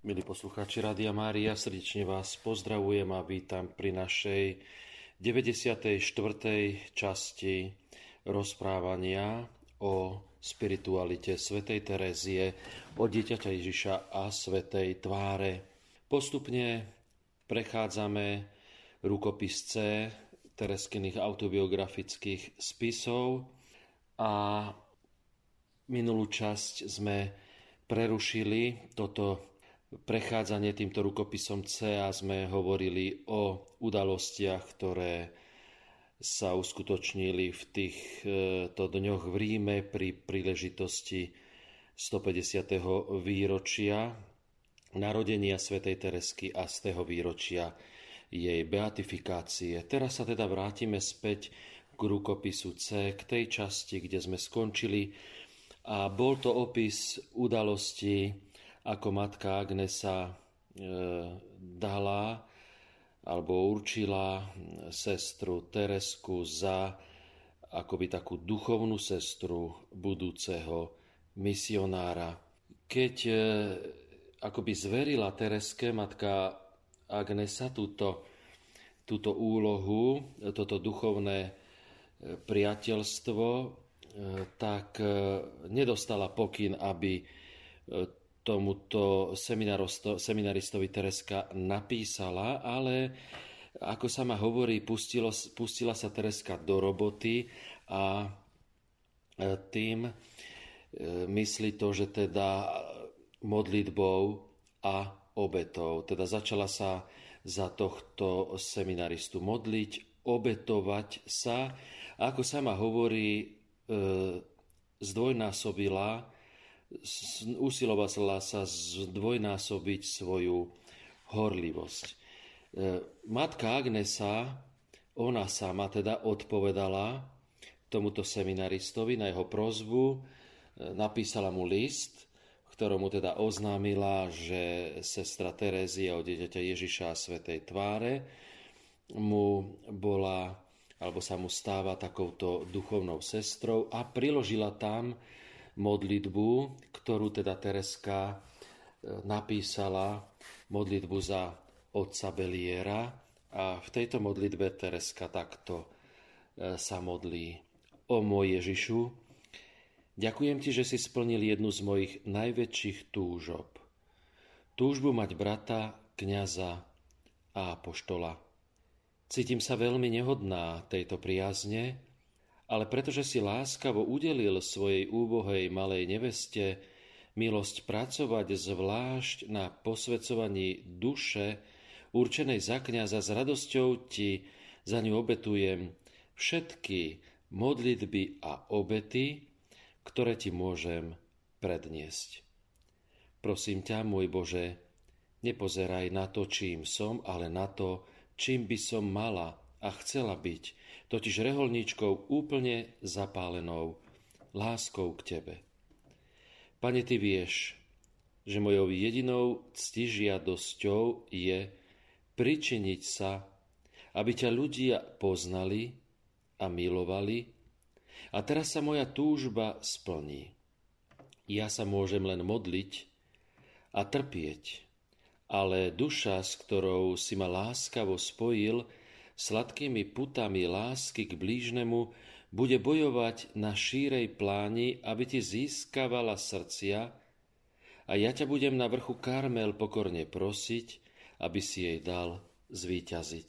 Milí poslucháči Rádia Mária, srdečne vás pozdravujem a vítam pri našej 94. časti rozprávania o spiritualite svätej Terézie, od dieťaťa Ježiša a svätej tváre. Postupne prechádzame rukopisce Tereskyných autobiografických spisov a minulú časť sme prerušili toto prechádzanie týmto rukopisom C a sme hovorili o udalostiach, ktoré sa uskutočnili v týchto dňoch v Ríme pri príležitosti 150. výročia narodenia svätej Teresky a z toho výročia jej beatifikácie. Teraz sa teda vrátime späť k rukopisu C, k tej časti, kde sme skončili, a bol to opis udalostí, ako matka Agnesa dala alebo určila sestru Teresku za akoby takú duchovnú sestru budúceho misionára. Keď akoby zverila Tereske matka Agnesa túto úlohu, toto duchovné priateľstvo, tak nedostala pokyn, aby tomuto seminaristovi Tereska napísala, ale ako sama hovorí, pustila sa Tereska do roboty a tým myslí to, že teda modlitbou a obetou. Teda začala sa za tohto seminaristu modliť, obetovať sa. A ako sama hovorí, usilovala sa zdvojnásobiť svoju horlivosť. Matka Agnesa, ona sama teda odpovedala tomuto seminaristovi na jeho prosbu, napísala mu list, v ktorom mu teda oznámila, že sestra Terézia od dieťaťa Ježiša a svätej tváre mu bola, alebo sa mu stáva takouto duchovnou sestrou, a priložila tam modlitbu, ktorú teda Tereska napísala, modlitbu za otca Beliera, a v tejto modlitbe Tereska takto sa modlí: O môj Ježišu, ďakujem ti, že si splnil jednu z mojich najväčších túžob. Túžbu mať brata, kňaza a apoštola. Cítim sa veľmi nehodná tejto priazne, ale pretože si láskavo udelil svojej úbohej malej neveste milosť pracovať zvlášť na posväcovaní duše určenej za kňaza, s radosťou ti za ňu obetujem všetky modlitby a obety, ktoré ti môžem predniesť. Prosím ťa, môj Bože, nepozeraj na to, čím som, ale na to, čím by som mala a chcela byť, totiž reholníčkou úplne zapálenou láskou k tebe. Pane, ty vieš, že mojou jedinou ctižiadosťou je pričiniť sa, aby ťa ľudia poznali a milovali, a teraz sa moja túžba splní. Ja sa môžem len modliť a trpieť, ale duša, s ktorou si ma láskavo spojil sladkými putami lásky k blížnemu, bude bojovať na šírej pláni, aby ti získavala srdcia, a ja ťa budem na vrchu Karmel pokorne prosiť, aby si jej dal zvíťaziť.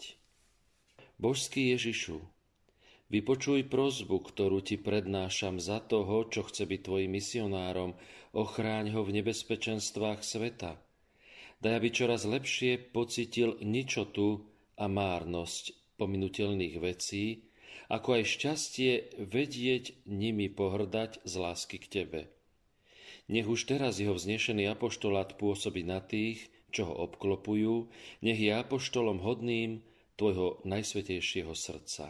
Božský Ježišu, vypočuj prosbu, ktorú ti prednášam za toho, čo chce byť tvojim misionárom, ochráň ho v nebezpečenstvách sveta. Daj, aby čoraz lepšie pocitil ničotu a márnosť pominuteľných vecí, ako aj šťastie vedieť nimi pohrdať z lásky k tebe. Nech už teraz jeho vznešený apoštolát pôsobí na tých, čo ho obklopujú, nech je apoštolom hodným tvojho najsvätejšieho srdca.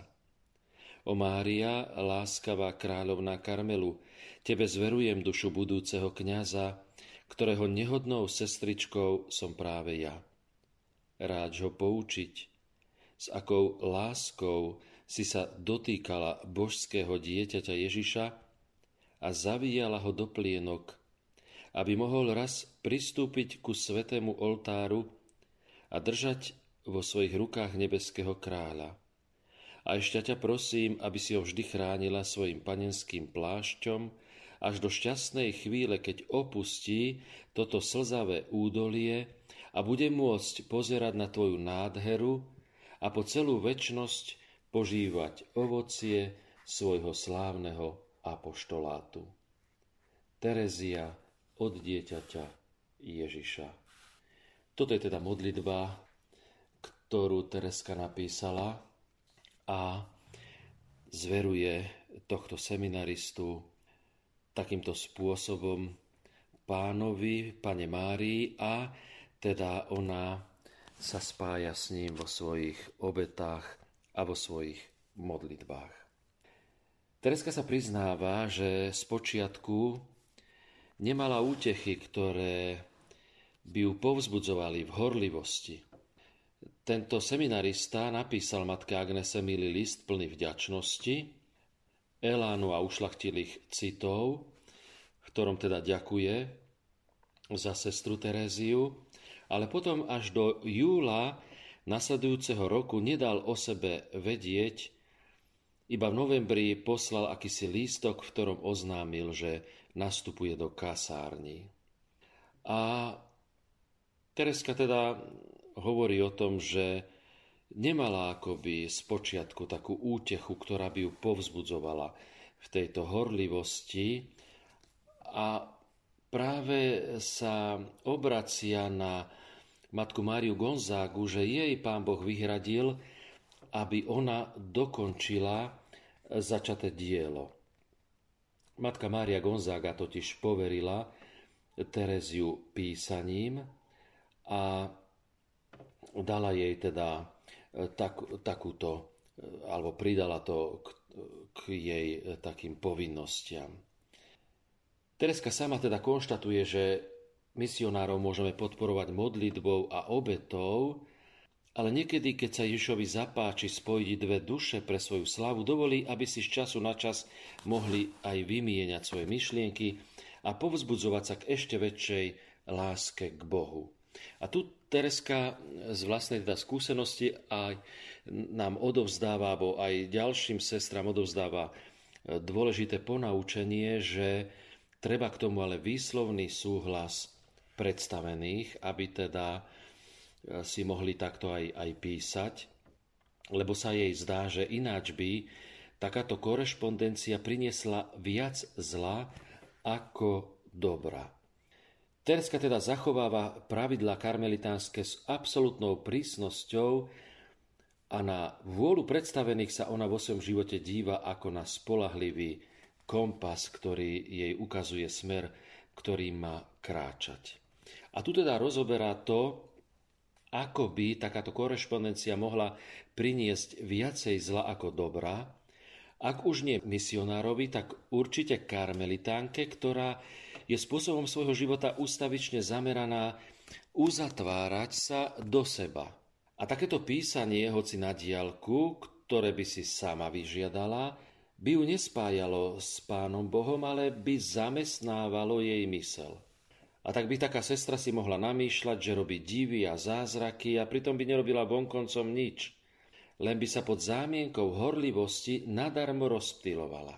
O Mária, láskavá kráľovná Karmelu, tebe zverujem dušu budúceho kňaza, ktorého nehodnou sestričkou som práve ja. Rád ho poučiť, s akou láskou si sa dotýkala božského dieťaťa Ježiša a zavíjala ho do plienok, aby mohol raz pristúpiť ku svätému oltáru a držať vo svojich rukách nebeského kráľa. A ešte ťa prosím, aby si ho vždy chránila svojim panenským plášťom až do šťastnej chvíle, keď opustí toto slzavé údolie a bude môcť pozerať na tvoju nádheru a po celú večnosť požívať ovocie svojho slávneho apoštolátu. Terezia od dieťaťa Ježiša. Toto je teda modlitba, ktorú Tereska napísala a zveruje tohto seminaristu takýmto spôsobom Pánovi, Pane Márii, a teda ona sa spája s ním vo svojich obetách a vo svojich modlitbách. Tereska sa priznáva, že spočiatku nemala útechy, ktoré by ju povzbudzovali v horlivosti. Tento seminarista napísal matke Agnese milý list plný vďačnosti, elánu a ušľachtilých citov, v ktorom teda ďakuje za sestru Teréziu, ale potom až do júla nasledujúceho roku nedal o sebe vedieť, iba v novembri poslal akýsi lístok, v ktorom oznámil, že nastupuje do kasárni. A Tereska teda hovorí o tom, že nemala akoby spočiatku takú útechu, ktorá by ju povzbudzovala v tejto horlivosti, a práve sa obracia na matku Máriu Gonzágu, že jej Pán Boh vyhradil, aby ona dokončila začaté dielo. Matka Mária Gonzága totiž poverila Tereziu písaním a dala jej teda takúto, alebo pridala to k jej takým povinnostiam. Tereska sama teda konštatuje, že misionárov môžeme podporovať modlitbou a obetou, ale niekedy, keď sa Ježišovi zapáči spojiť dve duše pre svoju slávu, dovolí, aby si z času na čas mohli aj vymieňať svoje myšlienky a povzbudzovať sa k ešte väčšej láske k Bohu. A tu Tereska z vlastnej teda skúsenosti aj nám odovzdáva, alebo aj ďalším sestram odovzdáva dôležité ponaučenie, že treba k tomu ale výslovný súhlas predstavených, aby teda si mohli takto aj písať, lebo sa jej zdá, že ináč by takáto korešpondencia priniesla viac zla ako dobra. Tereska teda zachováva pravidlá karmelitánske s absolútnou prísnosťou a na vôľu predstavených sa ona vo svojom živote díva ako na spoľahlivý kompas, ktorý jej ukazuje smer, ktorým má kráčať. A tu teda rozoberá to, ako by takáto korešpondencia mohla priniesť viacej zla ako dobra, ak už nie misionárovi, tak určite karmelitánke, ktorá je spôsobom svojho života ústavične zameraná uzatvárať sa do seba. A takéto písanie, hoci na diaľku, ktoré by si sama vyžiadala, by ju nespájalo s Pánom Bohom, ale by zamestnávalo jej mysel. A tak by taká sestra si mohla namýšľať, že robí divy a zázraky, a pritom by nerobila vonkoncom nič. Len by sa pod zámienkou horlivosti nadarmo rozptylovala.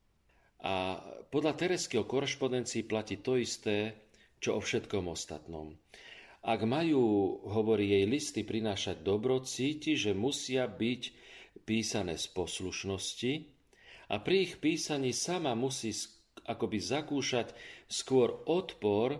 A podľa Teresky o korešpondencii platí to isté, čo o všetkom ostatnom. Ak majú, hovorí jej, listy prinášať dobro, cíti, že musia byť písané z poslušnosti a pri ich písaní sama musí akoby zakúšať skôr odpor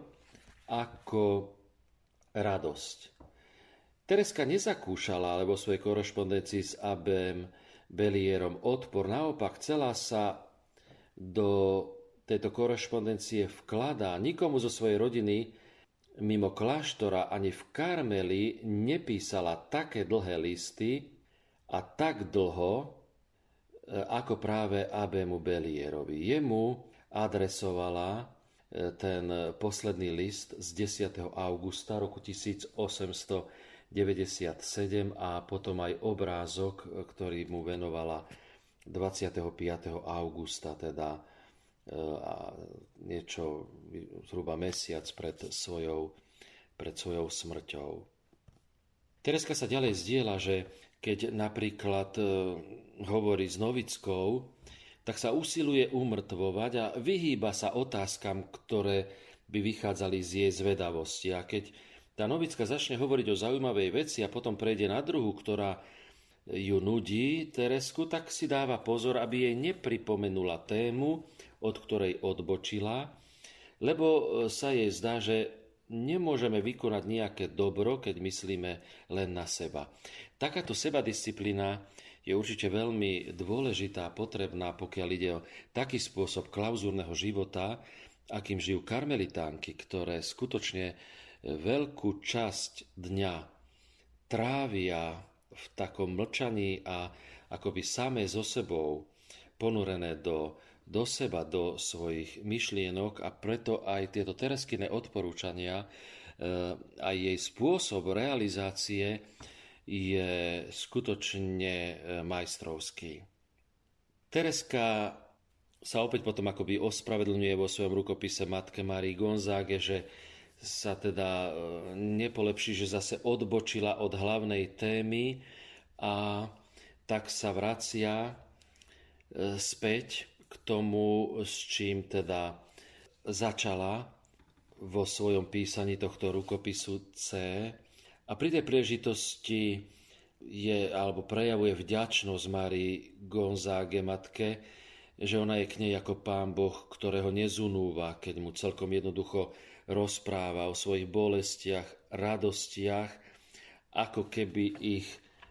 ako radosť. Tereska nezakúšala alebo svojej korešpondencii s abbém Belierom odpor. Naopak chcela sa do tejto korešpondencie vkladá. Nikomu zo svojej rodiny mimo kláštora ani v Karmeli nepísala také dlhé listy a tak dlho, ako práve abbému Belierovi. Jemu adresovala ten posledný list z 10. augusta roku 1897 a potom aj obrázok, ktorý mu venovala 25. augusta, teda a niečo zhruba mesiac pred svojou smrťou. Tereska sa ďalej zdieľa, že keď napríklad hovorí s novickou, tak sa usiluje umrtvovať a vyhýba sa otázkam, ktoré by vychádzali z jej zvedavosti. A keď tá novická začne hovoriť o zaujímavej veci a potom prejde na druhú, ktorá ju nudí, Teresku, tak si dáva pozor, aby jej nepripomenula tému, od ktorej odbočila, lebo sa jej zdá, že nemôžeme vykonať nejaké dobro, keď myslíme len na seba. Takáto sebadisciplína je určite veľmi dôležitá a potrebná, pokiaľ ide o taký spôsob klauzúrneho života, akým žijú karmelitánky, ktoré skutočne veľkú časť dňa trávia v takom mlčaní a akoby samé so sebou ponorené do seba, do svojich myšlienok, a preto aj tieto Tereskine odporúčania, aj jej spôsob realizácie je skutočne majstrovský. Tereska sa opäť potom akoby ospravedlňuje vo svojom rukopise matke Márii Gonzáge, že sa teda nepolepší, že zase odbočila od hlavnej témy, a tak sa vracia späť k tomu, s čím teda začala vo svojom písaní tohto rukopisu C. A pri tej príležitosti prejavuje vďačnosť Márii Gonzáge matke, že ona je k nej ako Pán Boh, ktorého nezunúva, keď mu celkom jednoducho rozpráva o svojich bolestiach, radostiach, ako keby ich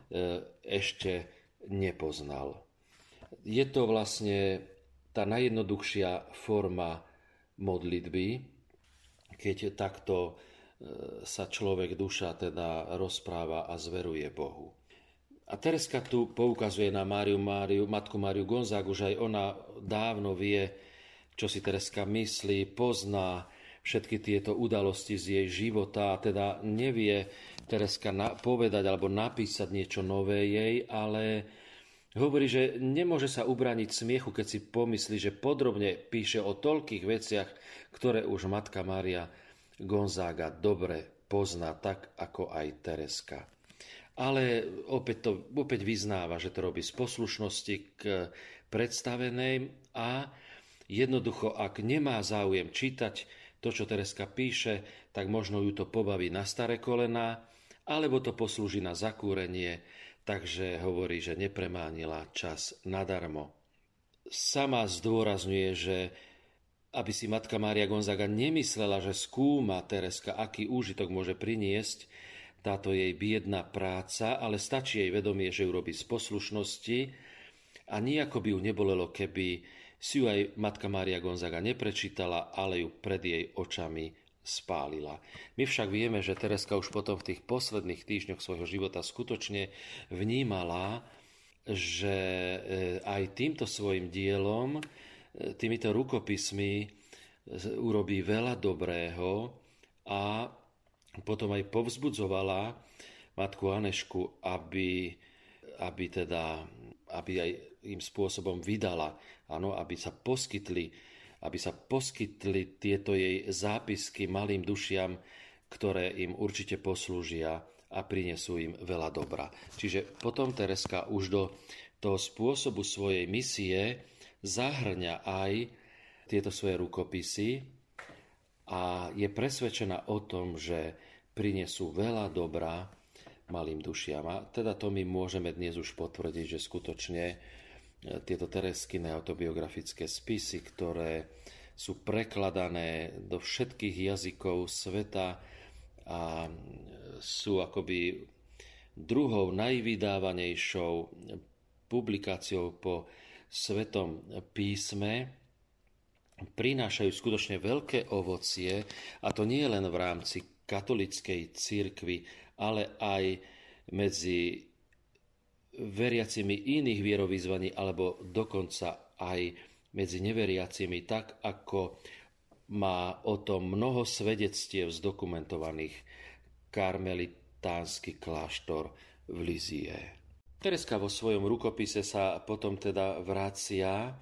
ešte nepoznal. Je to vlastne tá najjednoduchšia forma modlitby, keď takto sa človek, duša teda rozpráva a zveruje Bohu. A Tereska tu poukazuje na matku Máriu Gonzágu, že aj ona dávno vie, čo si Tereska myslí, pozná všetky tieto udalosti z jej života, a teda nevie Tereska povedať alebo napísať niečo nové jej, ale hovorí, že nemôže sa ubrániť smiechu, keď si pomyslí, že podrobne píše o toľkých veciach, ktoré už matka Mária Gonzága dobre pozná, tak ako aj Tereska. Ale opäť vyznáva, že to robí z poslušnosti k predstavenej, a jednoducho, ak nemá záujem čítať to, čo Tereska píše, tak možno ju to pobaví na staré kolená, alebo to poslúži na zakúrenie, takže hovorí, že nepremánila čas nadarmo. Sama zdôrazňuje, že aby si matka Mária Gonzága nemyslela, že skúma Tereska, aký úžitok môže priniesť táto jej biedna práca, ale stačí jej vedomie, že ju robí z poslušnosti, a nijako by ju nebolelo, keby si ju aj matka Mária Gonzága neprečítala, ale ju pred jej očami spálila. My však vieme, že Tereska už potom v tých posledných týždňoch svojho života skutočne vnímala, že aj týmto svojim dielom, týmito rukopismi urobí veľa dobrého, a potom aj povzbudzovala matku Anešku, aby aj im spôsobom vydala, aby sa poskytli tieto jej zápisky malým dušiam, ktoré im určite poslúžia a prinesú im veľa dobra. Čiže potom Tereska už do toho spôsobu svojej misie zahŕňa aj tieto svoje rukopisy a je presvedčená o tom, že prinesú veľa dobra malým dušiam. A teda to my môžeme dnes už potvrdiť, že skutočne tieto Tereskine autobiografické spisy, ktoré sú prekladané do všetkých jazykov sveta a sú akoby druhou najvydávanejšou publikáciou po Svetom písme, prinášajú skutočne veľké ovocie, a to nie len v rámci katolíckej cirkvi, ale aj medzi veriacimi iných vierovyzvaní, alebo dokonca aj medzi neveriacimi, tak ako má o tom mnoho svedectiev zdokumentovaných karmelitánsky kláštor v Lizie. Tereska vo svojom rukopise sa potom teda vracia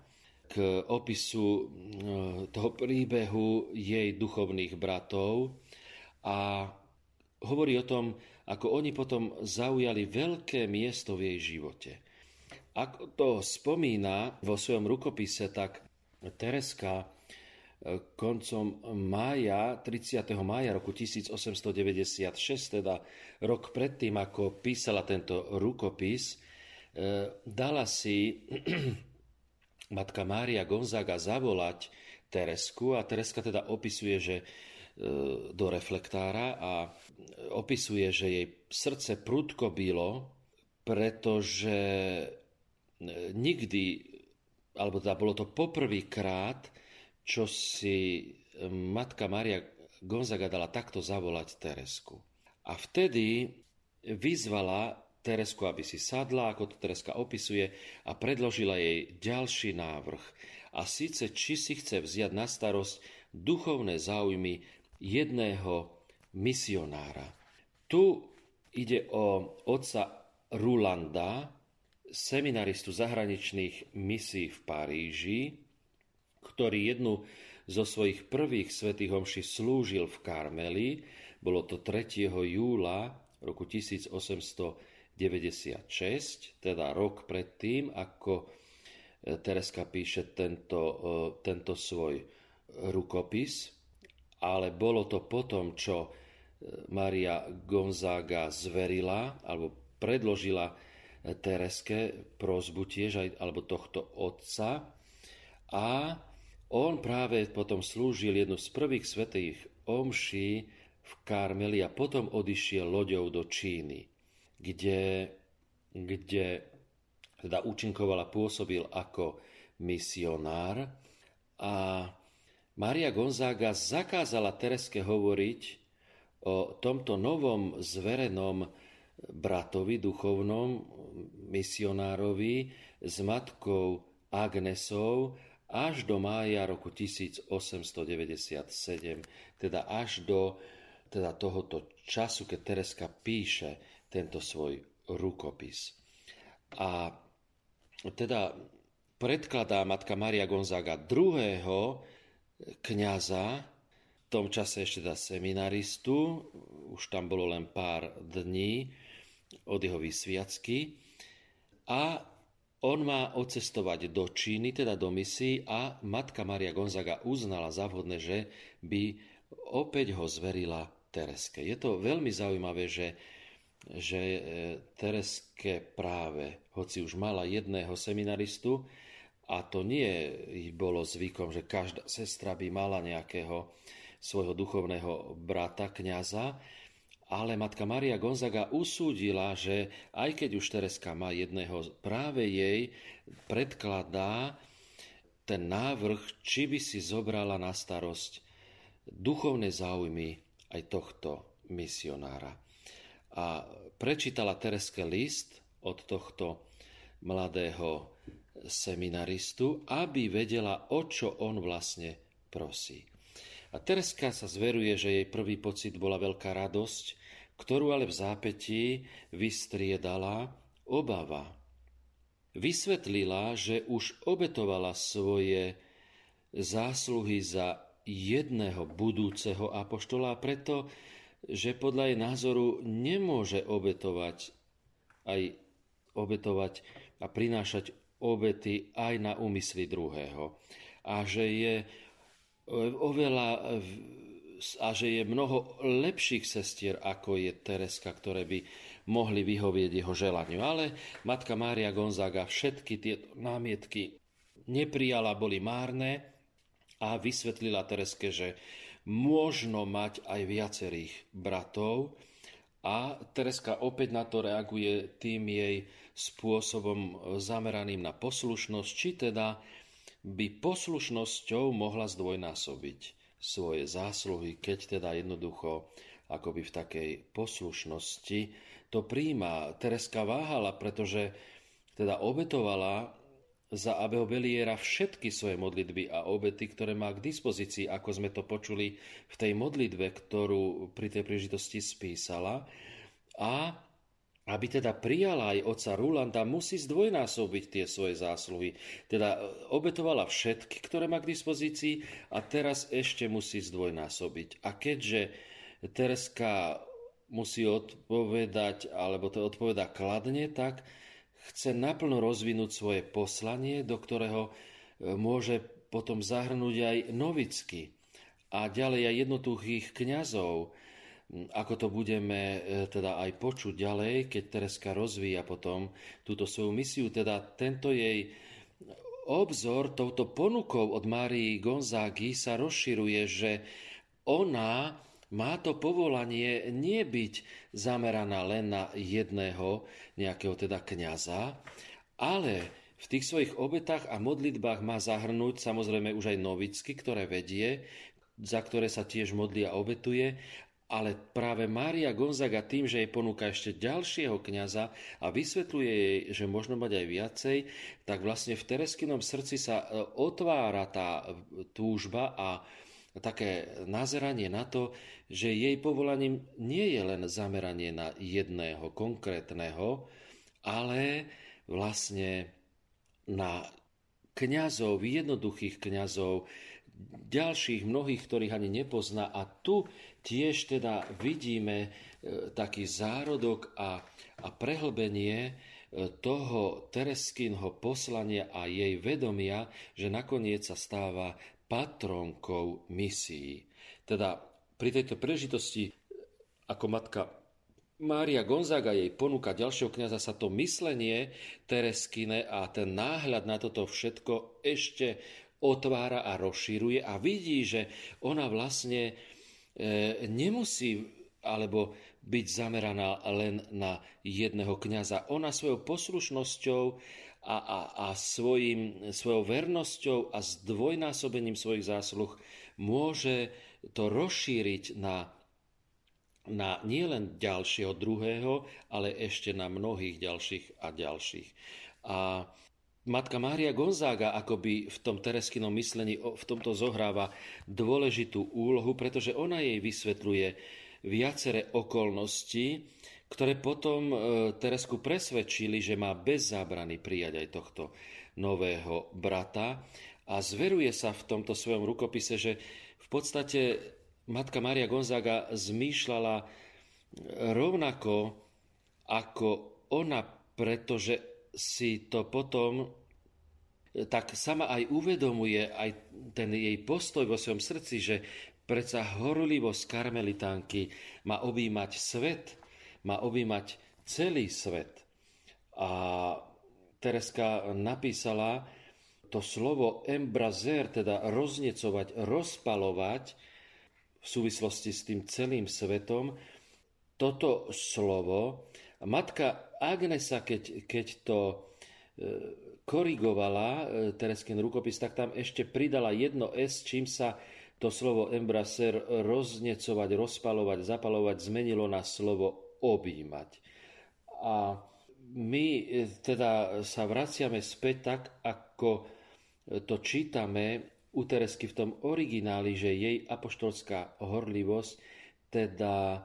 k opisu toho príbehu jej duchovných bratov a hovorí o tom, ako oni potom zaujali veľké miesto v jej živote. Ako to spomína vo svojom rukopise, tak Tereska koncom mája, 30. mája roku 1896, teda rok predtým, ako písala tento rukopis, dala si matka Mária Gonzaga zavolať Teresku a Tereska teda opisuje, že do reflektára a opisuje, že jej srdce prudko bilo, pretože nikdy, alebo teda bolo to poprvýkrát, čo si matka Mária Gonzaga dala takto zavolať Teresku. A vtedy vyzvala Teresku, aby si sadla, ako to Tereska opisuje, a predložila jej ďalší návrh. A síce, či si chce vziať na starosť duchovné záujmy jedného misionára. Tu ide o otca Rolanda, seminaristu zahraničných misií v Paríži, ktorý jednu zo svojich prvých svätých omší slúžil v Karmeli. Bolo to 3. júla roku 1896, teda rok predtým, ako Tereska píše tento svoj rukopis. Ale bolo to potom, čo Mária Gonzaga zverila alebo predložila Tereske prosbu tiež, alebo tohto otca. A on práve potom slúžil jednu z prvých svätých omší v Karmeli a potom odišiel loďou do Číny, kde teda účinkoval a pôsobil ako misionár. A Mária Gonzaga zakázala Tereske hovoriť o tomto novom zverenom bratovi, duchovnom misionárovi s matkou Agnesou až do mája roku 1897, teda až do tohoto času, keď Tereska píše tento svoj rukopis. A teda predkladá matka Mária Gonzaga druhého kňaza, v tom čase ešte seminaristu, už tam bolo len pár dní od jeho vysviacky, a on má odcestovať do Číny, teda do misií, a matka Mária Gonzaga uznala za vhodné, že by opäť ho zverila Tereske. Je to veľmi zaujímavé, že Tereske práve, hoci už mala jedného seminaristu, a to nie bolo zvykom, že každá sestra by mala nejakého svojho duchovného brata, kňaza, ale matka Mária Gonzaga usúdila, že aj keď už Tereska má jedného, práve jej predkladá ten návrh, či by si zobrala na starosť duchovné záujmy aj tohto misionára. A prečítala Tereske list od tohto mladého seminaristu, aby vedela, o čo on vlastne prosí. A Tereska sa zveruje, že jej prvý pocit bola veľká radosť, ktorú ale v zápätí vystriedala obava. Vysvetlila, že už obetovala svoje zásluhy za jedného budúceho apoštola, preto, že podľa jej názoru nemôže obetovať a prinášať obety aj na úmysly druhého. A že je mnoho lepších sestier, ako je Tereska, ktoré by mohli vyhovieť jeho želaniu. Ale matka Mária Gonzaga všetky tieto námietky neprijala, boli márne, a vysvetlila Tereske, že možno mať aj viacerých bratov, a Tereska opäť na to reaguje tým jej spôsobom zameraným na poslušnosť, či teda by poslušnosťou mohla zdvojnásobiť svoje zásluhy, keď teda jednoducho akoby v takej poslušnosti to prijíma. Tereska váhala, pretože teda obetovala za Abbého Beliéra všetky svoje modlitby a obety, ktoré má k dispozícii, ako sme to počuli v tej modlitbe, ktorú pri tej príležitosti spísala. A aby teda prijala aj otca Rulanda, musí zdvojnásobiť tie svoje zásluhy. Teda obetovala všetky, ktoré má k dispozícii a teraz ešte musí zdvojnásobiť. A keďže Tereska musí odpovedať, alebo to odpoveda kladne, tak chce naplno rozvinúť svoje poslanie, do ktorého môže potom zahrnúť aj novicky a ďalej aj jednoduchých kňazov, ako to budeme teda aj počuť ďalej, keď Tereska rozvíja potom túto svoju misiu. Teda tento jej obzor touto ponukou od Márii Gonzágy sa rozširuje, že ona má to povolanie nie byť zameraná len na jedného nejakého teda kňaza, ale v tých svojich obetách a modlitbách má zahrnúť samozrejme už aj novicky, ktoré vedie, za ktoré sa tiež modlí a obetuje, ale práve Mária Gonzaga tým, že jej ponúka ešte ďalšieho kňaza a vysvetľuje jej, že možno mať aj viacej, tak vlastne v Tereskinom srdci sa otvára tá túžba a také nazeranie na to, že jej povolaním nie je len zameranie na jedného konkrétneho, ale vlastne na kňazov, jednoduchých kňazov, ďalších mnohých, ktorých ani nepozná. A tu tiež teda vidíme taký zárodok a prehlbenie toho Tereskynho poslania a jej vedomia, že nakoniec sa stáva patronkou misií. Teda pri tejto príležitosti ako matka Mária Gonzaga jej ponúka ďalšieho kňaza, sa to myslenie Tereskyne a ten náhľad na toto všetko ešte otvára a rozširuje a vidí, že ona vlastne nemusí alebo byť zameraná len na jedného kňaza. Ona svojou poslušnosťou a svojou vernosťou a zdvojnásobením svojich zásluh môže to rozšíriť na nielen ďalšieho druhého, ale ešte na mnohých ďalších a ďalších. A matka Mária Gonzaga akoby v tom Tereskynom myslení v tomto zohráva dôležitú úlohu, pretože ona jej vysvetľuje viaceré okolnosti, ktoré potom Teresku presvedčili, že má bez zábrany prijať aj tohto nového brata. A zveruje sa v tomto svojom rukopise, že v podstate matka Mária Gonzaga zmýšľala rovnako ako ona, pretože si to potom tak sama aj uvedomuje, aj ten jej postoj vo svojom srdci, že predsa horlivosť karmelitánky má objímať svet, má objímať celý svet. A Tereska napísala to slovo embrazer, teda roznecovať, rozpalovať v súvislosti s tým celým svetom. Toto slovo matka Agnesa, keď to korigovala Tereskyn rukopis, tak tam ešte pridala jedno S, čím sa to slovo embraser, roznecovať, rozpalovať, zapalovať zmenilo na slovo objímať. A my teda sa vraciame späť tak, ako to čítame u Teresky v tom origináli, že jej apoštolská horlivosť teda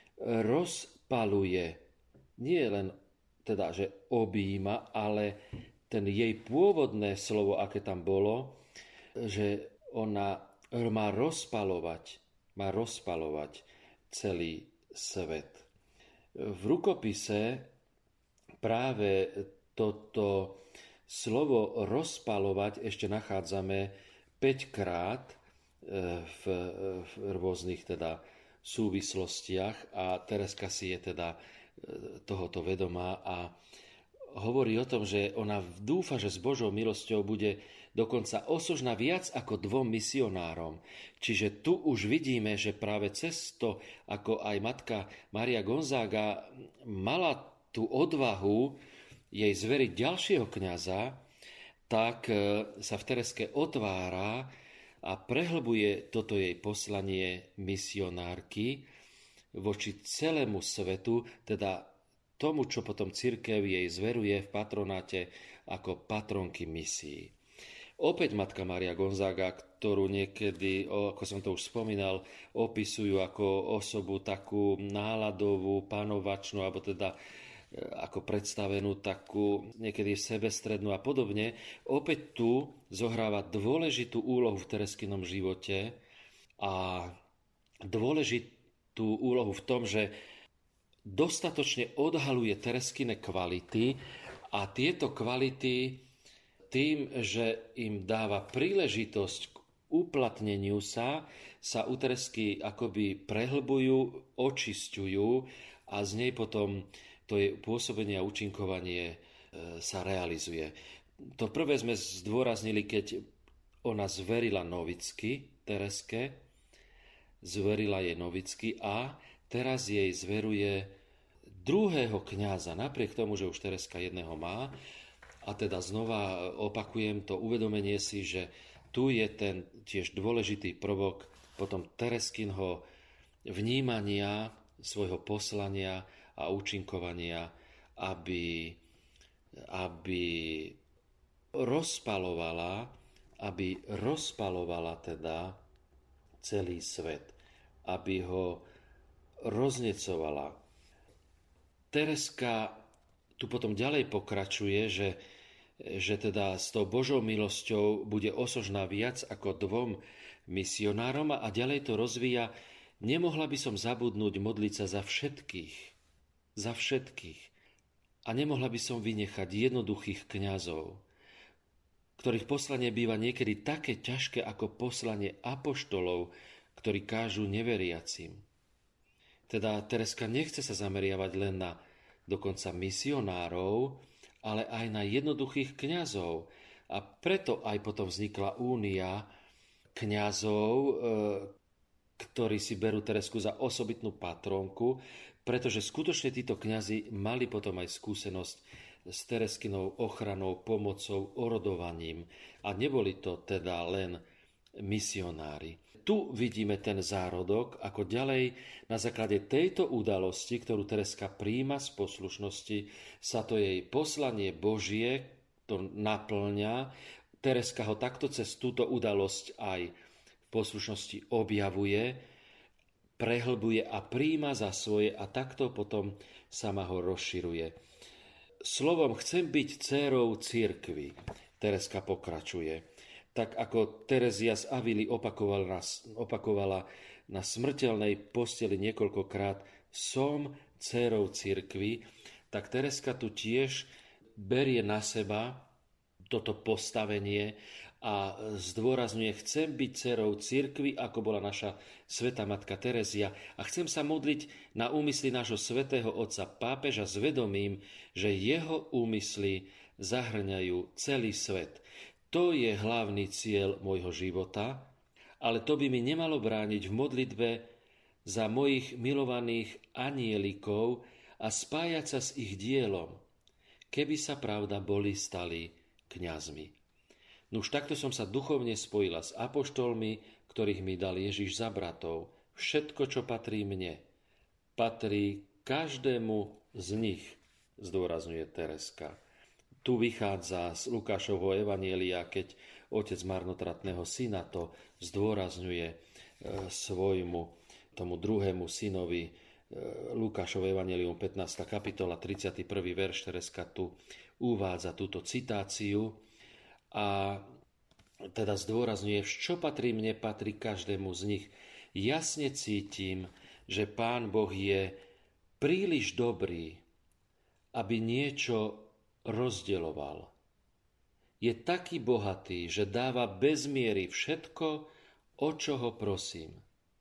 rozpaluje, nie len teda, že objíma, ale ten jej pôvodné slovo, aké tam bolo, že ona má rozpalovať celý svet. V rukopise práve toto slovo rozpalovať ešte nachádzame 5 krát v rôznych teda súvislostiach a Tereska si je teda tohoto vedomá a hovorí o tom, že ona dúfa, že s Božou milosťou bude dokonca osožná viac ako 2 misionárom. Čiže tu už vidíme, že práve cez to, ako aj matka Mária Gonzaga mala tú odvahu jej zveriť ďalšieho kňaza, tak sa v Tereske otvára a prehlbuje toto jej poslanie misionárky voči celému svetu, teda tomu, čo potom cirkev jej zveruje v patronáte ako patronky misií. Opäť matka Mária Gonzaga, ktorú niekedy, ako som to už spomínal, opisujú ako osobu takú náladovú, panovačnú, alebo teda ako predstavenú takú niekedy sebestrednú a podobne, opäť tu zohráva dôležitú úlohu v Tereskinom živote a dôležitú úlohu v tom, že dostatočne odhaluje Tereskine kvality a tieto kvality tým, že im dáva príležitosť k uplatneniu sa u Teresky akoby prehlbujú, očisťujú a z nej potom to je pôsobenie a účinkovanie sa realizuje. To prvé sme zdôraznili, keď ona zverila Novicky Tereske, zverila jej Novicky a teraz jej zveruje druhého kňaza, napriek tomu, že už Tereska jedného má. A teda znova opakujem to uvedomenie si, že tu je ten tiež dôležitý prvok potom Tereskinho vnímania svojho poslania a účinkovania, aby rozpalovala teda celý svet, aby ho roznecovala. Tereska tu potom ďalej pokračuje, že teda s tou Božou milosťou bude osožná viac ako 2 misionárom a ďalej to rozvíja. Nemohla by som zabudnúť modliť sa za všetkých. A nemohla by som vynechať jednoduchých kňazov, ktorých poslanie býva niekedy také ťažké ako poslanie apoštolov, ktorí kážu neveriacim. Teda Tereska nechce sa zameriavať len na dokonca misionárov, ale aj na jednoduchých kňazov. A preto aj potom vznikla únia kňazov, ktorí si berú Teresku za osobitnú patrónku, pretože skutočne títo kňazi mali potom aj skúsenosť s Tereskinou ochranou, pomocou, orodovaním. A neboli to teda len misionári. Tu vidíme ten zárodok, ako ďalej na základe tejto udalosti, ktorú Tereska prijíma z poslušnosti, sa to jej poslanie Božie to naplňa. Tereska ho takto cez túto udalosť aj v poslušnosti objavuje, prehlbuje a prijíma za svoje a takto potom sama ho rozširuje. Slovom, chcem byť dcérou cirkvi, Tereska pokračuje. Tak ako Terezia z Avily opakovala na smrteľnej posteli niekoľkokrát, som dcérou cirkvi, tak Tereska tu tiež berie na seba toto postavenie a zdôrazňuje, chcem byť dcérou cirkvi, ako bola naša svätá matka Terezia, a chcem sa modliť na úmysly nášho svätého otca pápeža s vedomím, že jeho úmysly zahrňajú celý svet. To je hlavný cieľ môjho života, ale to by mi nemalo brániť v modlitbe za mojich milovaných anielikov a spájať sa s ich dielom, keby sa pravda boli stali kňazmi. Nuž takto som sa duchovne spojila s apoštolmi, ktorých mi dal Ježiš za bratov. Všetko, čo patrí mne, patrí každému z nich, zdôrazňuje Tereska. Tu vychádza z Lukášovho evanjelia, keď otec marnotratného syna to zdôrazňuje svojmu tomu druhému synovi. Lukášovo evanjelium 15. kapitola 31. verš. Tereska tu uvádza túto citáciu a teda zdôrazňuje, čo patrí mne, patrí každému z nich. Jasne cítim, že Pán Boh je príliš dobrý, aby niečo rozdeľoval. Je taký bohatý, že dáva bez miery všetko, o čo ho prosím.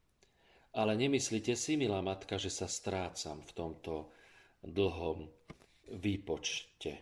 Ale nemyslíte si, milá matka, že sa strácam v tomto dlhom výpočte.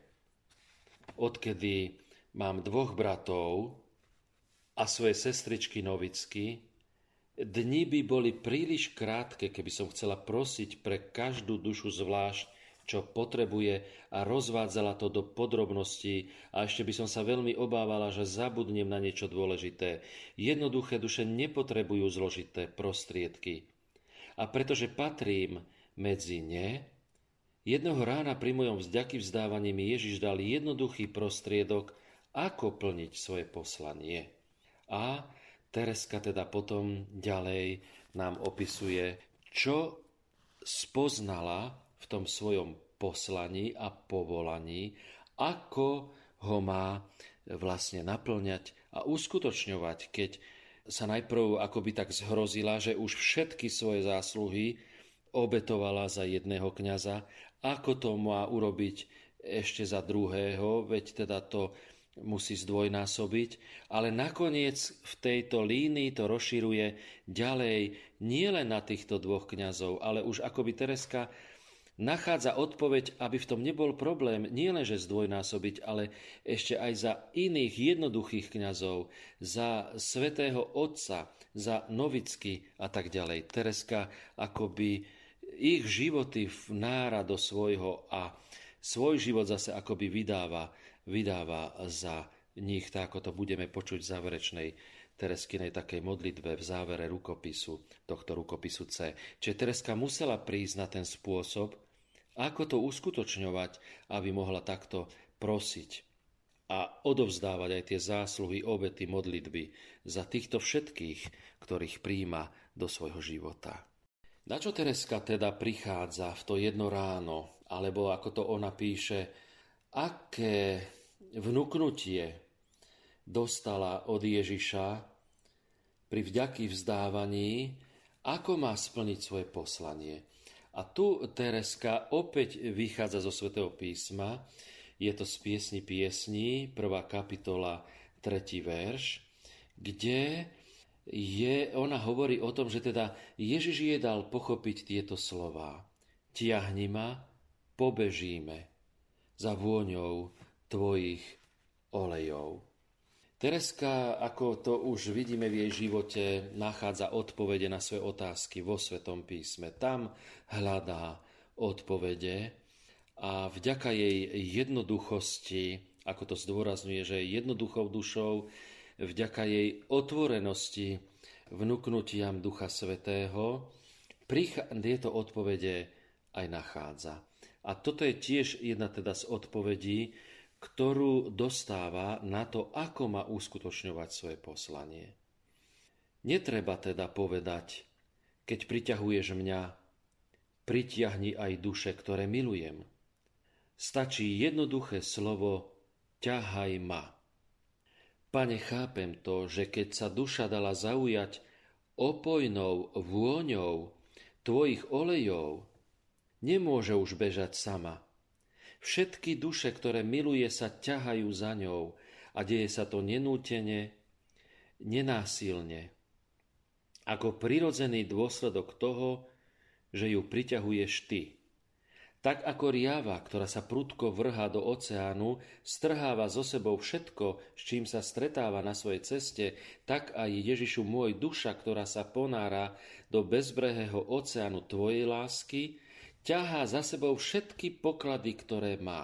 Odkedy mám 2 bratov a svoje sestričky Novicky, dni by boli príliš krátke, keby som chcela prosiť pre každú dušu zvlášť, čo potrebuje, a rozvádzala to do podrobností, a ešte by som sa veľmi obávala, že zabudnem na niečo dôležité. Jednoduché duše nepotrebujú zložité prostriedky. A pretože patrím medzi ne, jedného rána pri mojom vďaky vzdávaní mi Ježiš dal jednoduchý prostriedok, ako plniť svoje poslanie. A Tereska teda potom ďalej nám opisuje, čo spoznala v tom svojom poslaní a povolaní, ako ho má vlastne naplňať a uskutočňovať, keď sa najprv akoby tak zhrozila, že už všetky svoje zásluhy obetovala za jedného kňaza, ako to má urobiť ešte za druhého, veď teda to musí zdvojnásobiť, ale nakoniec v tejto línii to rozširuje ďalej nielen na týchto dvoch kňazov, ale už akoby Tereska nachádza odpoveď, aby v tom nebol problém nielenže zdvojnásobiť, ale ešte aj za iných jednoduchých kňazov, za svätého Otca, za Novicky a tak ďalej. Tereska akoby ich životy vnára do svojho a svoj život zase akoby vydáva za nich, tak ako to budeme počuť v záverečnej Tereskinej takej modlitbe v závere rukopisu, tohto rukopisu C. Čiže Tereska musela prísť na ten spôsob, ako to uskutočňovať, aby mohla takto prosiť a odovzdávať aj tie zásluhy, obety, modlitby za týchto všetkých, ktorých prijíma do svojho života. Na čo Tereska teda prichádza v to jedno ráno, alebo ako to ona píše, aké vnuknutie dostala od Ježiša pri vďaky vzdávaní, ako má splniť svoje poslanie. A tu Tereska opäť vychádza zo Svätého písma, je to z Piesni piesní, 1. kapitola, 3. verš, kde ona hovorí o tom, že teda Ježiš jej dal pochopiť tieto slová. Tiahni ma, pobežíme za vôňou tvojich olejov. Tereska, ako to už vidíme v jej živote, nachádza odpovede na svoje otázky vo Svätom písme. Tam hľadá odpovede a vďaka jej jednoduchosti, ako to zdôrazňuje, že je jednoduchou dušou, vďaka jej otvorenosti vnuknutiam Ducha Svätého, tieto odpovede aj nachádza. A toto je tiež jedna teda z odpovedí, ktorú dostáva na to, ako má uskutočňovať svoje poslanie. Netreba teda povedať, keď priťahuješ mňa, pritiahni aj duše, ktoré milujem. Stačí jednoduché slovo ťahaj ma. Pane, chápem to, že keď sa duša dala zaujať opojnou vôňou tvojich olejov, nemôže už bežať sama. Všetky duše, ktoré miluje, sa ťahajú za ňou a deje sa to nenútene, nenásilne. Ako prirodzený dôsledok toho, že ju priťahuješ ty. Tak ako riava, ktorá sa prudko vrhá do oceánu, strháva so sebou všetko, s čím sa stretáva na svojej ceste, tak aj Ježišu môj duša, ktorá sa ponára do bezbrehého oceánu tvojej lásky, ťahá za sebou všetky poklady, ktoré má.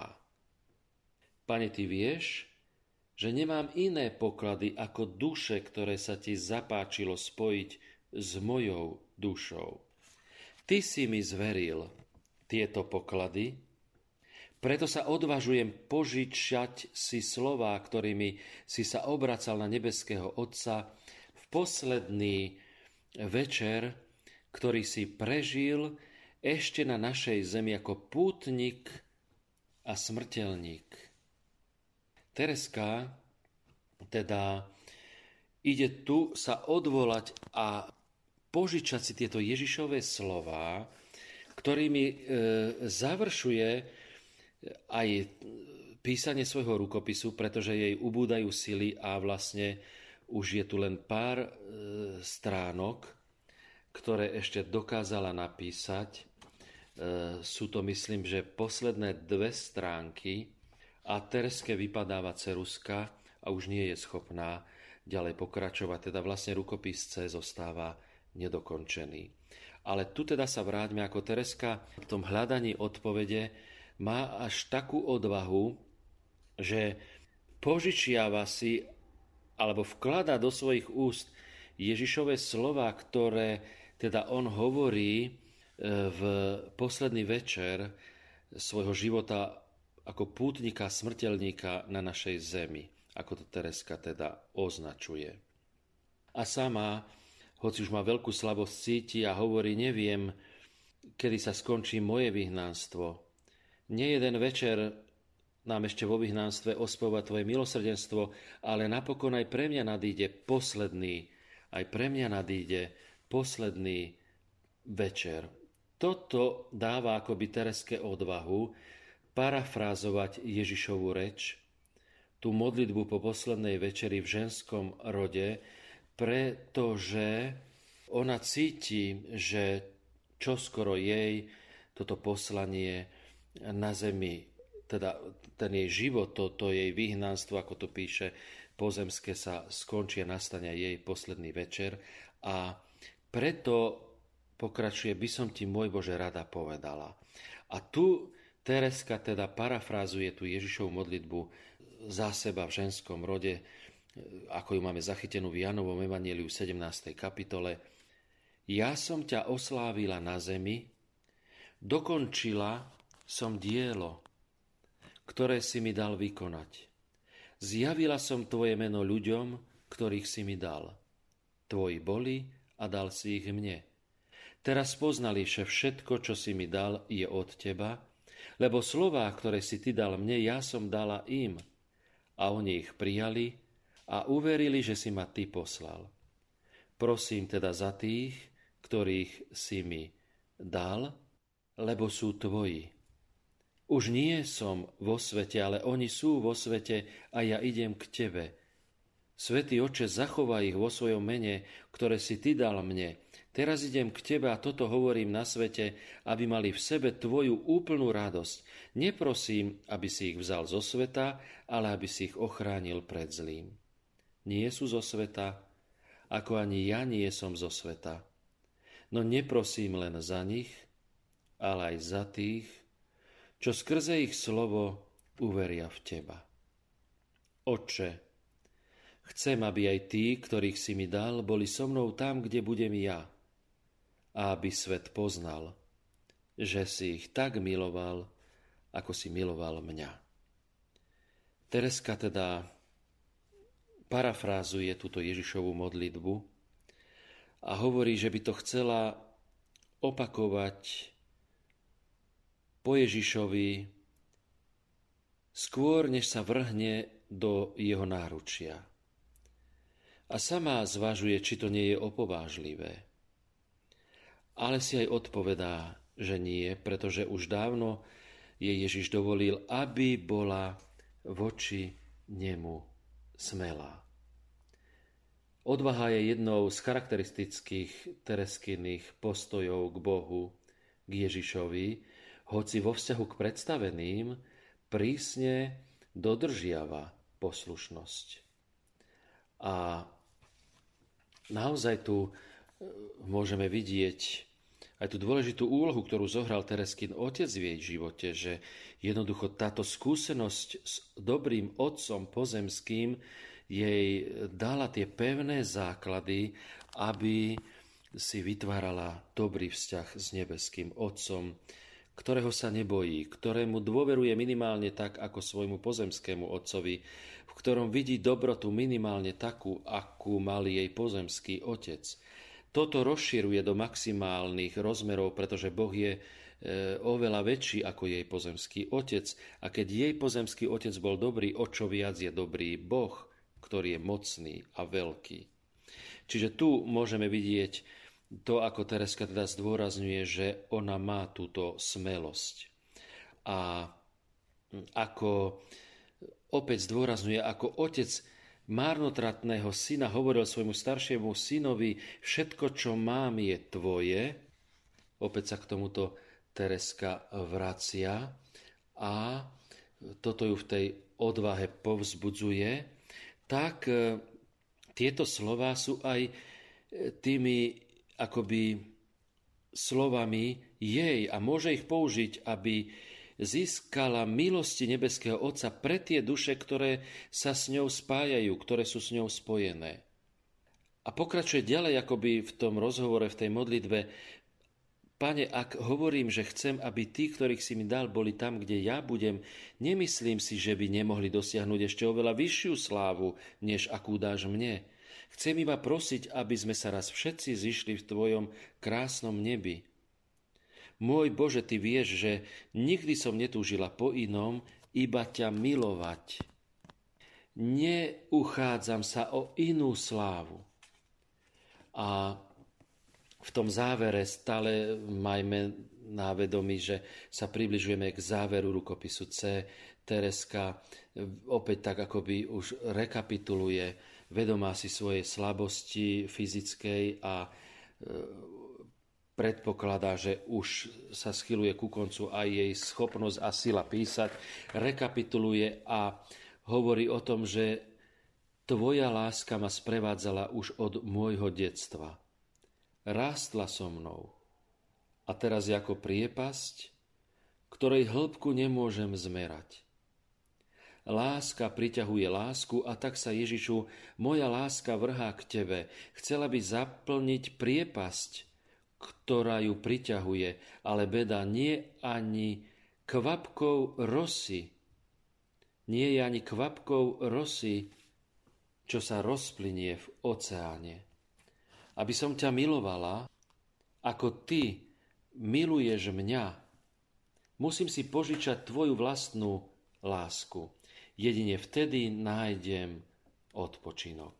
Pane, ty vieš, že nemám iné poklady ako duše, ktoré sa ti zapáčilo spojiť s mojou dušou. Ty si mi zveril tieto poklady, preto sa odvažujem požičať si slová, ktorými si sa obracal na nebeského Otca v posledný večer, ktorý si prežil ešte na našej zemi ako pútnik a smrteľník. Tereska teda ide tu sa odvolať a požičať si tieto Ježišové slová, ktorými završuje aj písanie svojho rukopisu, pretože jej ubúdajú sily a vlastne už je tu len pár stránok, ktoré ešte dokázala napísať. Sú to, myslím, že posledné 2 stránky a Tereske vypadáva ceruska a už nie je schopná ďalej pokračovať. Teda vlastne rukopis C zostáva nedokončený. Ale tu teda sa vráťme, ako Tereska v tom hľadaní odpovede má až takú odvahu, že požičiava si alebo vkladá do svojich úst Ježišove slova, ktoré teda on hovorí v posledný večer svojho života ako pútnika, smrteľníka na našej zemi, ako to Tereska teda označuje. A sama, hoci už má veľkú slabosť, cíti a hovorí, neviem, kedy sa skončí moje vyhnanstvo. Nie jeden večer nám ešte vo vyhnanstve ospova Tvoje milosrdenstvo, ale napokon aj pre mňa nadíde posledný, večer. Toto dáva akoby Tereske odvahu parafrázovať Ježišovu reč, tú modlitbu po poslednej večeri v ženskom rode, pretože ona cíti, že čoskoro jej toto poslanie na zemi, teda ten jej život, to jej vyhnanstvo, ako to píše, pozemské sa skončí a nastane jej posledný večer. A preto pokračuje, by som ti, môj Bože, rada povedala. A tu Tereska teda parafrázuje tú Ježišovu modlitbu za seba v ženskom rode, ako ju máme zachytenú v Jánovom evanjeliu 17. kapitole. Ja som ťa oslávila na zemi, dokončila som dielo, ktoré si mi dal vykonať. Zjavila som tvoje meno ľuďom, ktorých si mi dal. Tvoji boli a dal si ich mne. Teraz poznali, že všetko, čo si mi dal, je od teba, lebo slová, ktoré si ty dal mne, ja som dala im. A oni ich prijali a uverili, že si ma ty poslal. Prosím teda za tých, ktorých si mi dal, lebo sú tvoji. Už nie som vo svete, ale oni sú vo svete a ja idem k tebe. Svätý Otče, zachovaj ich vo svojom mene, ktoré si ty dal mne. Teraz idem k tebe a toto hovorím na svete, aby mali v sebe tvoju úplnú radosť. Neprosím, aby si ich vzal zo sveta, ale aby si ich ochránil pred zlým. Nie sú zo sveta, ako ani ja nie som zo sveta. No neprosím len za nich, ale aj za tých, čo skrze ich slovo uveria v teba. Otče, chcem, aby aj tí, ktorých si mi dal, boli so mnou tam, kde budem ja, a aby svet poznal, že si ich tak miloval, ako si miloval mňa. Tereska teda parafrázuje túto Ježišovu modlitbu a hovorí, že by to chcela opakovať po Ježišovi skôr, než sa vrhne do jeho náručia. A sama zvažuje, či to nie je opovážlivé. Ale si aj odpovedá, že nie, pretože už dávno jej Ježiš dovolil, aby bola voči nemu smelá. Odvaha je jednou z charakteristických Tereskiných postojov k Bohu, k Ježišovi, hoci vo vzťahu k predstaveným prísne dodržiava poslušnosť. A naozaj tu môžeme vidieť aj tú dôležitú úlohu, ktorú zohral Tereskin otec v jej živote, že jednoducho táto skúsenosť s dobrým otcom pozemským jej dala tie pevné základy, aby si vytvárala dobrý vzťah s nebeským otcom, ktorého sa nebojí, ktorému dôveruje minimálne tak, ako svojmu pozemskému otcovi, v ktorom vidí dobrotu minimálne takú, akú mal jej pozemský otec. Toto rozširuje do maximálnych rozmerov, pretože Boh je oveľa väčší ako jej pozemský otec. A keď jej pozemský otec bol dobrý, o čo viac je dobrý Boh, ktorý je mocný a veľký. Čiže tu môžeme vidieť to, ako Tereska teda zdôrazňuje, že ona má túto smelosť. A ako opäť zdôrazňuje, ako otec márnotratného syna hovoril svojmu staršiemu synovi, všetko, čo mám, je tvoje. Opäť sa k tomuto Tereska vracia a toto ju v tej odvahe povzbudzuje. Tak tieto slová sú aj tými akoby slovami jej a môže ich použiť, aby získala milosti nebeského Otca pre tie duše, ktoré sa s ňou spájajú, ktoré sú s ňou spojené. A pokračuje ďalej akoby v tom rozhovore, v tej modlitbe. Pane, ak hovorím, že chcem, aby tí, ktorých si mi dal, boli tam, kde ja budem, nemyslím si, že by nemohli dosiahnuť ešte oveľa vyššiu slávu, než akú dáš mne. Chcem iba prosiť, aby sme sa raz všetci zišli v tvojom krásnom nebi. Môj Bože, Ty vieš, že nikdy som netúžila po inom, iba ťa milovať. Neuchádzam sa o inú slávu. A v tom závere stále majme na vedomí, že sa približujeme k záveru rukopisu C. Tereska opäť tak akoby už rekapituluje, vedomá si svojej slabosti fyzickej a predpokladá, že už sa schyluje ku koncu aj jej schopnosť a sila písať. Rekapituluje a hovorí o tom, že tvoja láska ma sprevádzala už od môjho detstva. Rástla so mnou a teraz je ako priepasť, ktorej hĺbku nemôžem zmerať. Láska priťahuje lásku a tak sa, Ježišu, moja láska vrhá k Tebe. Chcela by zaplniť priepasť, ktorá ju priťahuje, ale beda, nie ani kvapkou rosy. Nie je ani kvapkou rosy, čo sa rozplynie v oceáne. Aby som ťa milovala, ako Ty miluješ mňa, musím si požičať Tvoju vlastnú lásku. Jedine vtedy nájdem odpočinok.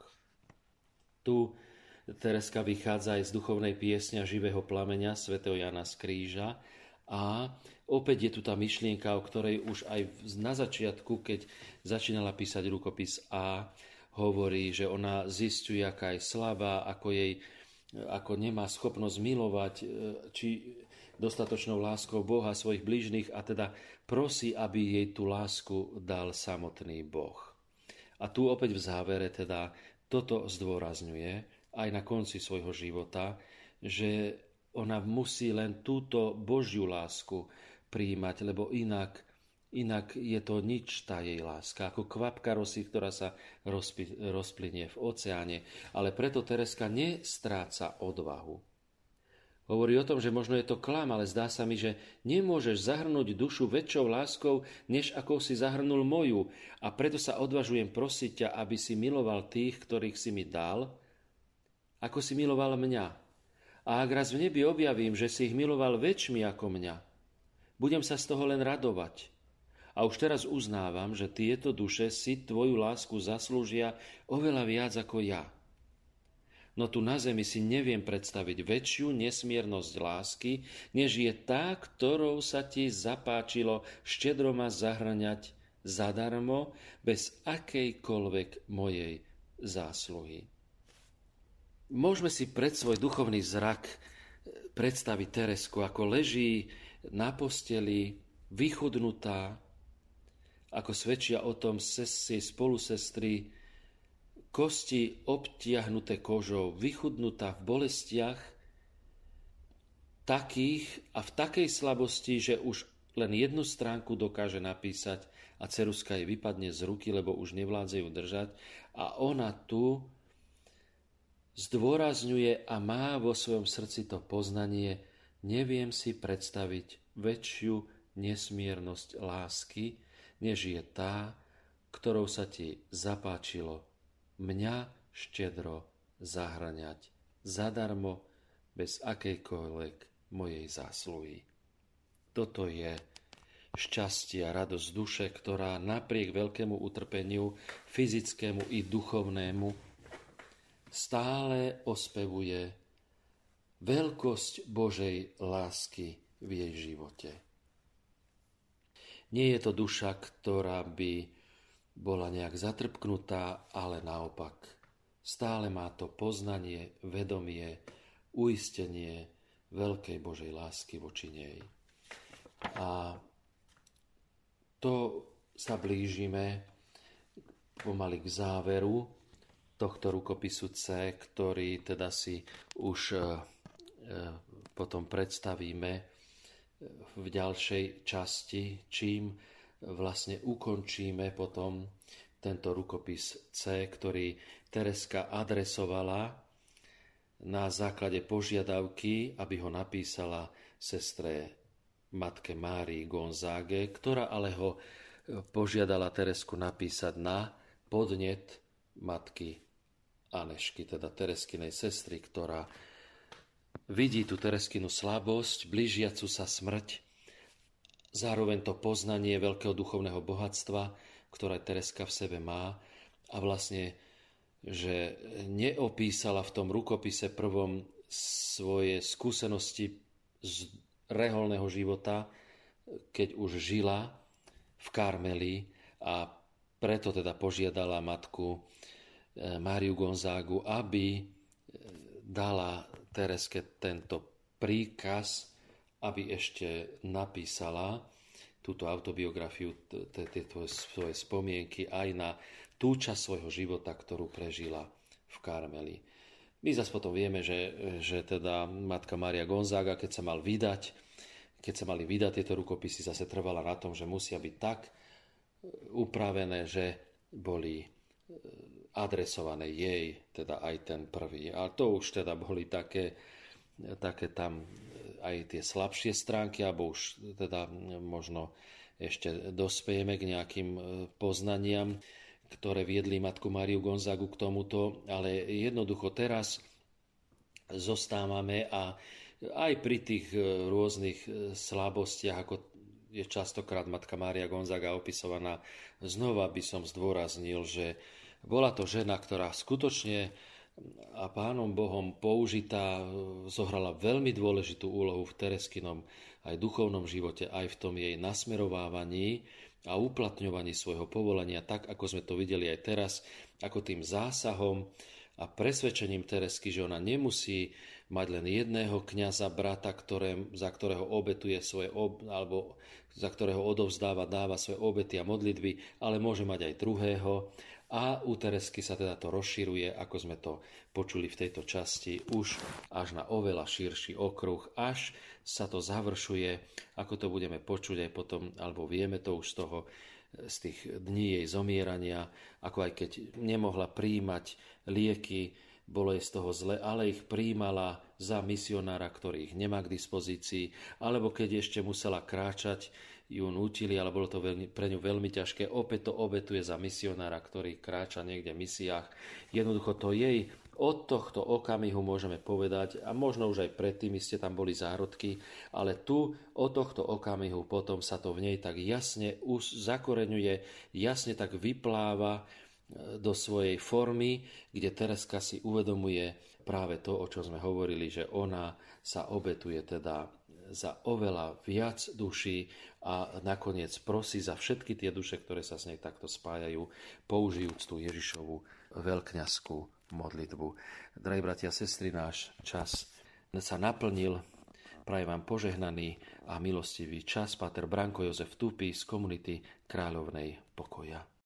Tu Tereska vychádza aj z duchovnej piesňa Živého plameňa svätého Jana z Kríža a opäť je tu tá myšlienka, o ktorej už aj na začiatku, keď začínala písať rukopis A, hovorí, že ona zisťuje, aká je slabá, ako nemá schopnosť milovať, či dostatočnou láskou Boha a svojich blížnych a teda prosí, aby jej tú lásku dal samotný Boh. A tu opäť v závere teda toto zdôrazňuje aj na konci svojho života, že ona musí len túto Božiu lásku prijímať, lebo inak je to nič, tá jej láska, ako kvapka rosy, ktorá sa rozplynie v oceáne. Ale preto Tereska nestráca odvahu. Hovorí o tom, že možno je to klam, ale zdá sa mi, že nemôžeš zahrnúť dušu väčšou láskou, než ako si zahrnul moju. A preto sa odvažujem prosiť ťa, aby si miloval tých, ktorých si mi dal, ako si miloval mňa. A ak raz v nebi objavím, že si ich miloval väčšmi ako mňa, budem sa z toho len radovať. A už teraz uznávam, že tieto duše si tvoju lásku zaslúžia oveľa viac ako ja. No tu na zemi si neviem predstaviť väčšiu nesmiernosť lásky, než je tá, ktorou sa ti zapáčilo štedro ma zahrňať zadarmo, bez akejkoľvek mojej zásluhy. Môžeme si pred svoj duchovný zrak predstaviť Teresku, ako leží na posteli, vychudnutá, ako svedčia o tom jej spolusestry, kosti obtiahnuté kožou, vychudnutá v bolestiach takých a v takej slabosti, že už len jednu stránku dokáže napísať a ceruska jej vypadne z ruky, lebo už nevládze ju držať. A ona tu zdôrazňuje a má vo svojom srdci to poznanie, neviem si predstaviť väčšiu nesmiernosť lásky, než je tá, ktorou sa ti zapáčilo mňa štedro zahrňať zadarmo, bez akejkoľvek mojej zásluhy. Toto je šťastie a radosť duše, ktorá napriek veľkému utrpeniu, fyzickému i duchovnému, stále ospevuje veľkosť Božej lásky v jej živote. Nie je to duša, ktorá by bola nejak zatrpknutá, ale naopak. Stále má to poznanie, vedomie, uistenie veľkej Božej lásky voči nej. A to sa blížime pomaly k záveru tohto rukopisu C, ktorý teda si už potom predstavíme v ďalšej časti, čím vlastne ukončíme potom tento rukopis C, ktorý Tereska adresovala na základe požiadavky, aby ho napísala sestre matke Márii Gonzáge, ktorá ale ho požiadala Teresku napísať na podnet matky Anešky, teda Tereskinej sestry, ktorá vidí tú Tereskinu slabosť, blížiacu sa smrť, zároveň to poznanie veľkého duchovného bohatstva, ktoré Tereska v sebe má a vlastne, že neopísala v tom rukopise prvom svoje skúsenosti z reholného života, keď už žila v Karmeli a preto teda požiadala matku Máriu Gonzágu, aby dala Tereske tento príkaz, aby ešte napísala túto autobiografiu, tieto svoje spomienky aj na tú časť svojho života, ktorú prežila v Karmeli. My zase potom vieme, že teda matka Mária Gonzága, keď sa mali vydať tieto rukopisy, zase trvala na tom, že musia byť tak upravené, že boli adresované jej, teda aj ten prvý. A to už teda boli také tam aj tie slabšie stránky, alebo už teda možno ešte dospejeme k nejakým poznaniam, ktoré viedli matku Máriu Gonzágu k tomuto, ale jednoducho teraz zostávame a aj pri tých rôznych slabostiach, ako je častokrát matka Mária Gonzága opisovaná, znova by som zdôraznil, že bola to žena, ktorá skutočne a Pánom Bohom použitá, zohrala veľmi dôležitú úlohu v Tereskinom aj duchovnom živote, aj v tom jej nasmerovávaní a uplatňovaní svojho povolania, tak ako sme to videli aj teraz, ako tým zásahom a presvedčením Teresky, že ona nemusí mať len jedného kňaza, brata, za ktorého obetuje alebo za ktorého odovzdáva, dáva svoje obety a modlitby, ale môže mať aj druhého. A u Teresky sa teda to rozširuje, ako sme to počuli v tejto časti, už až na oveľa širší okruh, až sa to završuje, ako to budeme počuť aj potom, alebo vieme to už z tých dní jej zomierania, ako aj keď nemohla príjmať lieky, bolo jej z toho zle, ale ich prijímala za misionára, ktorý ich nemá k dispozícii, alebo keď ešte musela kráčať, ju nútili, ale bolo to pre ňu veľmi ťažké. Opäť to obetuje za misionára, ktorý kráča niekde v misiách. Jednoducho to jej od tohto okamihu môžeme povedať, a možno už aj predtým ste tam boli zárodky, ale tu od tohto okamihu potom sa to v nej tak jasne zakoreňuje, jasne tak vypláva do svojej formy, kde Tereska si uvedomuje práve to, o čom sme hovorili, že ona sa obetuje teda za oveľa viac duší a nakoniec prosí za všetky tie duše, ktoré sa s nej takto spájajú, použijúc tú Ježišovu veľkňazskú modlitbu. Drahí bratia a sestry, náš čas sa naplnil. Prajem vám požehnaný a milostivý čas. Páter Branko Jozef Tupy z komunity Kráľovnej pokoja.